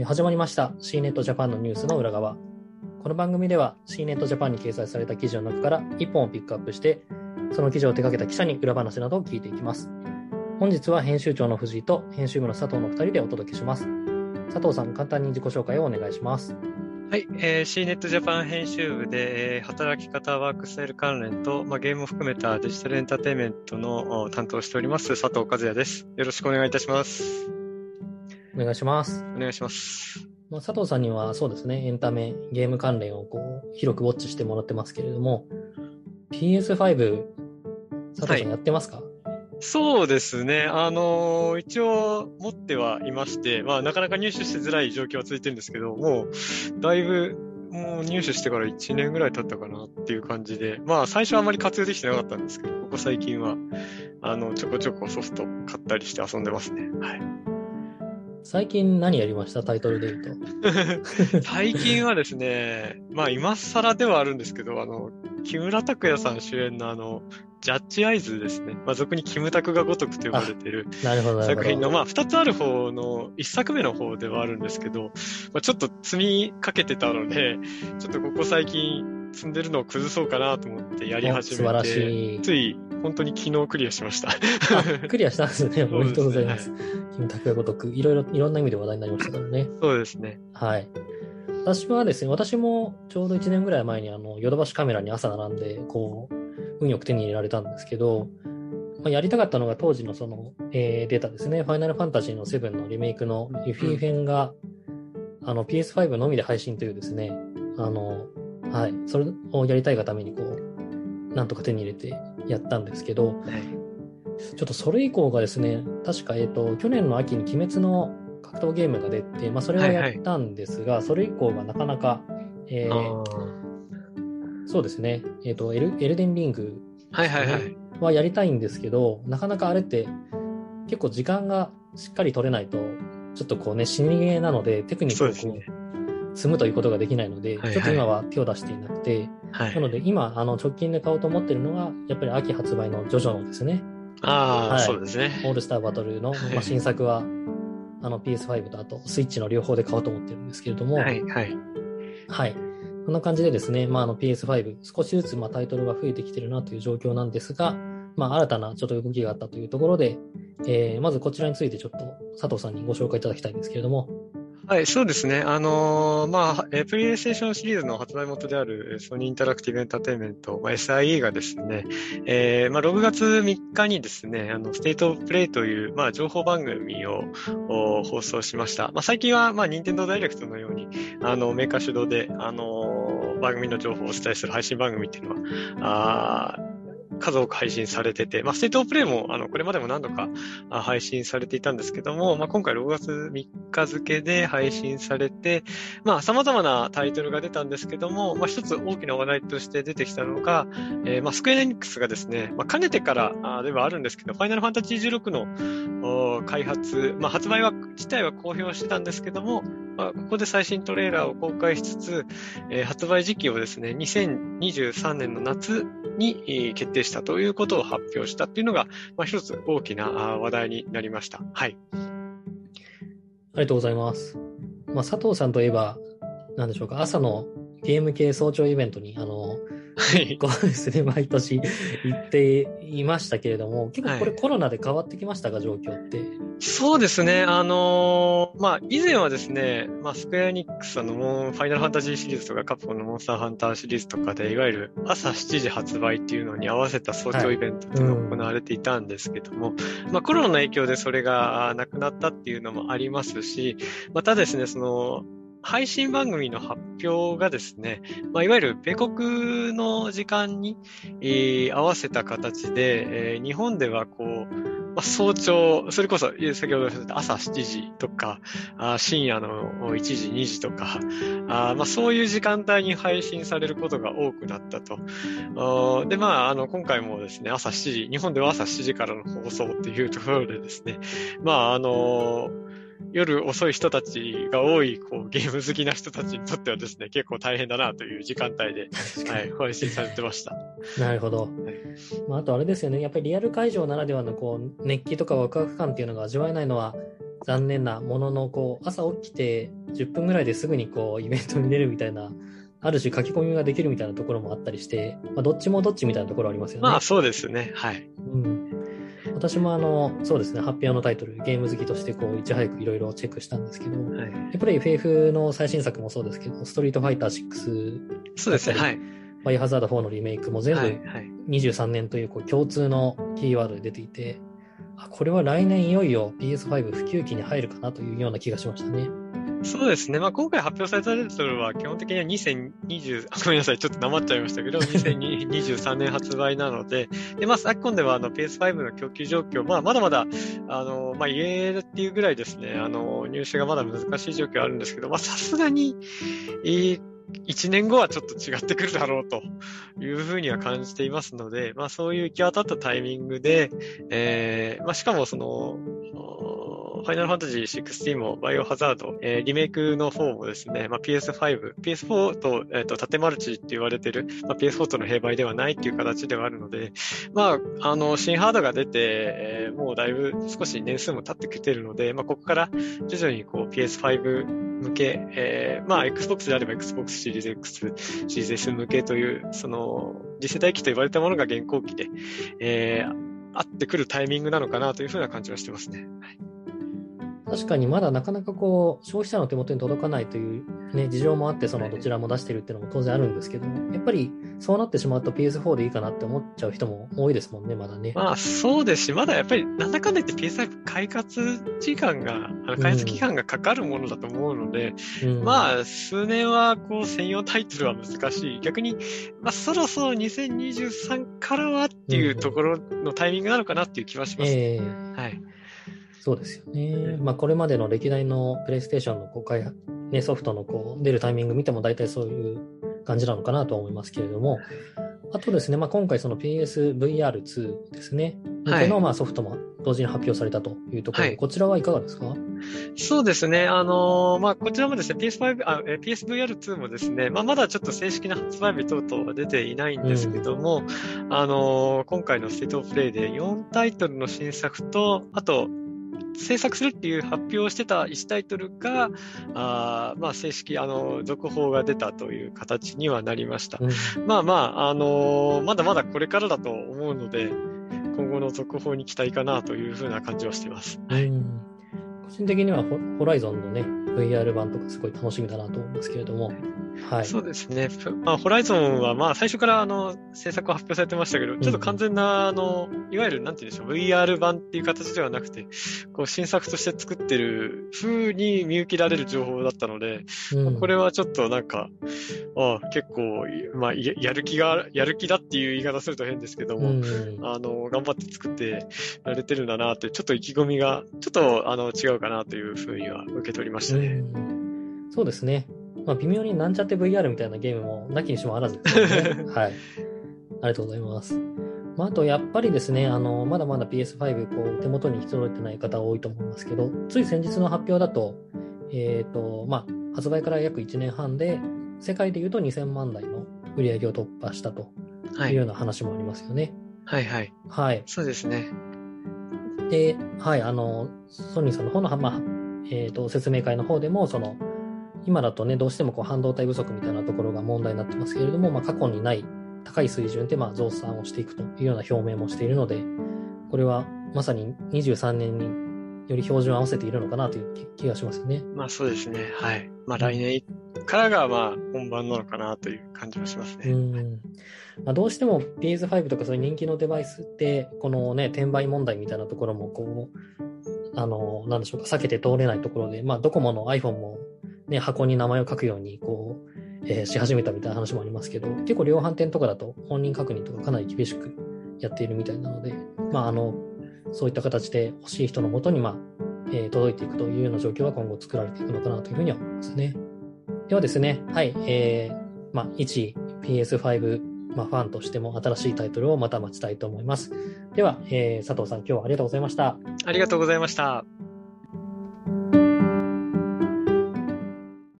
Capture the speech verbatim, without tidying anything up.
ー、始まりました シーネット Japan のニュースの裏側。この番組では シーネット Japan に掲載された記事の中からいっぽんをピックアップして、その記事を手掛けた記者に裏話などを聞いていきます。本日は編集長の藤井と編集部の佐藤のふたりでお届けします。佐藤さん、簡単に自己紹介をお願いします。 はい、えー、シーネット Japan 編集部で、えー、働き方ワークスタイル関連と、まあ、ゲームを含めたデジタルエンターテインメントの担当しております佐藤和也です。よろしくお願いいたします。 お願いします。 お願いします。 まあ、佐藤さんにはそうですね、エンタメ、ゲーム関連をこう広くウォッチしてもらってますけれども、ピーエスファイブ、佐藤さんやってますか？はい、 そうですね。あのー、一応持ってはいまして、まあなかなか入手しづらい状況は続いてるんですけど、もうだいぶもう入手してからいちねんぐらい経ったかなっていう感じで、まあ最初はあまり活用できてなかったんですけど、ここ最近はあのちょこちょこソフト買ったりして遊んでますね。はい。 最近何やりました？タイトルで言うと。 最近はですね、まあ今更ではあるんですけど、あの、木村拓哉さん主演のあの、ジャッジアイズですね。まあ俗にキムタクが如くと呼ばれている作品の、まあ二つある方の一作目の方ではあるんですけど、まあ、ちょっと積みかけてたので、ちょっとここ最近積んでるのを崩そうかなと思ってやり始めて、素晴らしい。つい本当に昨日クリアしました。 クリアしたんですね。おめでとうございます。キムタクが如く、いろいろ、いろんな意味で話題になりましたからね。 そうですね。 はい。私はですね、私もちょうどいちねんぐらい前にあの、ヨドバシカメラに朝並んで、こう、運よく手に入れられたんですけど、まあ、やりたかったのが当時のその、えー、データですね、ファイナルファンタジーのセブンのリメイクのリフィ編が、うん、あの ピーエスファイブ のみで配信というですね、あの、はい、それをやりたいがためにこう、なんとか手に入れてやったんですけど、はい、ちょっとそれ以降がですね、確か、えっと、去年の秋に鬼滅の格闘ゲームが出て、まあ、それはやったんですが、はいはい、それ以降がなかなか、えー、そうですね、えっと、エル、エルデンリング、ね、 はいはいはい。 はやりたいんですけど、なかなかあれって結構時間がしっかり取れないと、ちょっとこうね、死にゲーなので、テクニックをこう、積むということができないので、はいはい、ちょっと今は手を出していなくて、はい、なので今、あの、直近で買おうと思ってるのが、やっぱり秋発売のジョジョのですね。 ああ、はい、そうですね。 オールスターバトルの、まあ、新作は、あの ピーエスファイブ とあとスイッチの両方で買おうと思ってるんですけれども、 はい、はい。 はい。こんな感じでですね、まあ、あの ピーエスファイブ、少しずつまあタイトルが増えてきてるなという状況なんですが、まあ、新たなちょっと動きがあったというところで、えー、まずこちらについてちょっと佐藤さんにご紹介いただきたいんですけれども。 はい、そうですね。あのー、まあ、プレイステーションシリーズの発売元であるソニーインタラクティブエンターテインメント、まあ、エスアイイー がですね、えー、まあ、ろくがつみっかにですね、あの、ステートオブプレイという、まあ、情報番組を放送しました。まあ、最近は、まあ、任天堂ダイレクトのように、あの、メーカー主導で、あのー、番組の情報をお伝えする配信番組っていうのは、あ数多く配信されてて、まあ、ステートオブプレイも、あの、これまでも何度か配信されていたんですけども、まあ、今回ろくがつみっか付で配信されて、まあ、様々なタイトルが出たんですけども、まあ、一つ大きな話題として出てきたのが、えー、まあ、スクエアエニックスがですね、まあ、かねてからではあるんですけど、ファイナルファンタジーじゅうろくの開発、まあ、発売は、自体は公表してたんですけども、まあ、ここで最新トレーラーを公開しつつ、えー、発売時期をですね、にせんにじゅうさんねんの夏に、えー、決定したということを発表したっていうのが、まあ、一つ大きな話題になりました。はい。 ありがとうございます。まあ、佐藤さんといえば、なんでしょうか、朝のゲーム系早朝イベントに、あの、はい、こうですね、毎年行っていましたけれども、結構これコロナで変わってきましたか、はい、状況って。 そうですね、あのー、まあ、以前はですね、まあ、スクエアエニックスのモン、ファイナルファンタジーシリーズとかカプコンのモンスターハンターシリーズとかで、いわゆる朝しちじ発売っていうのに合わせた早朝イベントっていうのが行われていたんですけども、はい、まあ、コロナの影響でそれがなくなったっていうのもありますし、またですね、その、配信番組の発表がですね、まあ、いわゆる米国の時間に、えー、合わせた形で、えー、日本ではこう、まあ、早朝、それこそ先ほど言った朝しちじとか、あ深夜のいちじ、にじとか、あまあ、そういう時間帯に配信されることが多くなったと。で、まあ、あの、今回もですね、朝しちじ、日本では朝しちじからの放送っていうところでですね、まあ、あの夜遅い人たちが多いこうゲーム好きな人たちにとってはですね、結構大変だなという時間帯で、はい、配信されてました。 なるほど。はい、まあ、あとあれですよね、やっぱりリアル会場ならではのこう熱気とかワクワク感っていうのが味わえないのは残念なものの、こう、朝起きてじゅっぷんぐらいですぐにこう、イベントに出るみたいな、ある種書き込みができるみたいなところもあったりして、まあ、どっちもどっちみたいなところありますよね。 まあそうですね。はい。 うん。私もあの、そうですね、発表のタイトル、ゲーム好きとしてこう、いち早くいろいろチェックしたんですけど、はい、やっぱり エフエフ の最新作もそうですけど、ストリートファイターシックス、 そうですね、はい。 バイオハザードフォーのリメイクも全部にじゅうさんねんという、こう共通のキーワードで出ていて、あ、これは来年いよいよ ピーエスファイブ 普及期に入るかなというような気がしましたね。 そうですね。まあ、今回発表されたタイトルは基本的にはにせんにじゅう、ごめんなさい、ちょっとなまっちゃいましたけど、にせんにじゅうさんねん発売なので、で、まあ、昨今ではあの ピーエスファイブ の供給状況、まあ、まだまだ、あの、まあ、言えるっていうぐらいですね、あの、入手がまだ難しい状況あるんですけど、まあ、さすがに、えーいちねんごはちょっと違ってくるだろうというふうには感じていますので、まあそういう行き渡ったタイミングで、えー、まあしかもその、ファイナルファンタジーシックスティーンもバイオハザード、えー、リメイクの方もですね、まあ ピーエスファイブ、ピーエスフォー と、えっ、ー、と、縦マルチって言われてる、まあ ピーエスフォー との併売ではないっていう形ではあるので、まあ、あの、新ハードが出て、えー、もうだいぶ少し年数も経ってきてるので、まあここから徐々にこう ピーエスファイブ向け、えー、まあ Xbox であれば Xbox シリーズ X、シリーズ S 向けという、その、次世代機と言われたものが現行機で、えー、合ってくるタイミングなのかなというふうな感じはしてますね。はい、 確かにまだなかなかこう消費者の手元に届かないというね事情もあって、そのどちらも出してるっていうのも当然あるんですけども、やっぱりそうなってしまうと ピーエスフォー でいいかなって思っちゃう人も多いですもんね、まだね。 まあそうですし、まだやっぱりなんだかんだ言って ピーエスファイブ 開発時間が、あの開発期間がかかるものだと思うので、うん、まあ数年はこう専用タイトルは難しい。逆に、まあそろそろにせんにじゅうさんからはっていうところのタイミングなのかなっていう気はします。えー、はい。 そうですよね。まあ、これまでの歴代のプレイステーションのこう開発、ね、ソフトのこう出るタイミング見ても大体そういう感じなのかなと思いますけれども、あとですね、まあ、今回その ピーエスブイアールツー ですね、向けのまあソフトも同時に発表されたというところで、はい、こちらはいかがですか？ そうですね。あのー、まあ、こちらもですね、ピーエスファイブ、あ、ピーエスブイアールツー もですね、まあ、まだちょっと正式な発売日等々は出ていないんですけども、うん、あのー、今回のステートオブプレイでよんタイトルの新作と、あと、制作するっていう発表をしてたいちタイトルが、あまあ正式、あの、続報が出たという形にはなりました。うん、まあまあ、あのー、まだまだこれからだと思うので、今後の続報に期待かなというふうな感じはしています。はい。 うん個人的にはホ、ホライゾンのね、ブイアール 版とかすごい楽しみだなと思いますけれども。はい。 そうですね。まあ、ホライゾンは、まあ、最初から、あの、制作を発表されてましたけど、ちょっと完全な、あの、いわゆる、なんて言うんでしょう、ブイアール 版っていう形ではなくて、こう、新作として作ってる風に見受けられる情報だったので、うん、これはちょっとなんか、ああ結構、まあや、やる気が、やる気だっていう言い方すると変ですけども、うん、あの、頑張って作ってられてるんだなって、ちょっと意気込みが、ちょっと、あの、違うかなというふうには受け取りましたね。 うん、そうですね。まあ、微妙になんちゃって ブイアール みたいなゲームもなきにしもあらずですよね。はい。ありがとうございます。まあ、あと、やっぱりですね、あの、まだまだ ピーエスファイブ、こう、手元に揃えてない方多いと思いますけど、つい先日の発表だと、えっと、まあ、発売から約いちねんはんで、世界で言うとにせんまん台の売り上げを突破したというような話もありますよね。 はい、はい、はい。はい。そうですね。 で、はい、あの、ソニーさんの方の、まあ、えっと、説明会の方でも、その、今だとね、どうしてもこう半導体不足みたいなところが問題になってますけれども、まあ、過去にない高い水準でまあ増産をしていくというような表明もしているので、これはまさににじゅうさんねんにより標準を合わせているのかなという気がしますよね。 まあそうですね。はい。まあ来年からがまあ本番なのかなという感じはしますね。 うんまあ、どうしても ピーエスファイブ とかそういう人気のデバイスって、このね、転売問題みたいなところもこう、あの、なんでしょうか、避けて通れないところで、まあドコモの iPhone もね、箱に名前を書くようにこう、えー、し始めたみたいな話もありますけど、結構量販店とかだと本人確認とかかなり厳しくやっているみたいなので、まああのそういった形で欲しい人のもとにまあ、えー、届いていくというような状況は今後作られていくのかなというふうには思いますね。ではですね、はい、えー、まあ一 ピーエスファイブ、まあ、ファンとしても新しいタイトルをまた待ちたいと思います。では、えー、佐藤さん今日はありがとうございました。 ありがとうございました。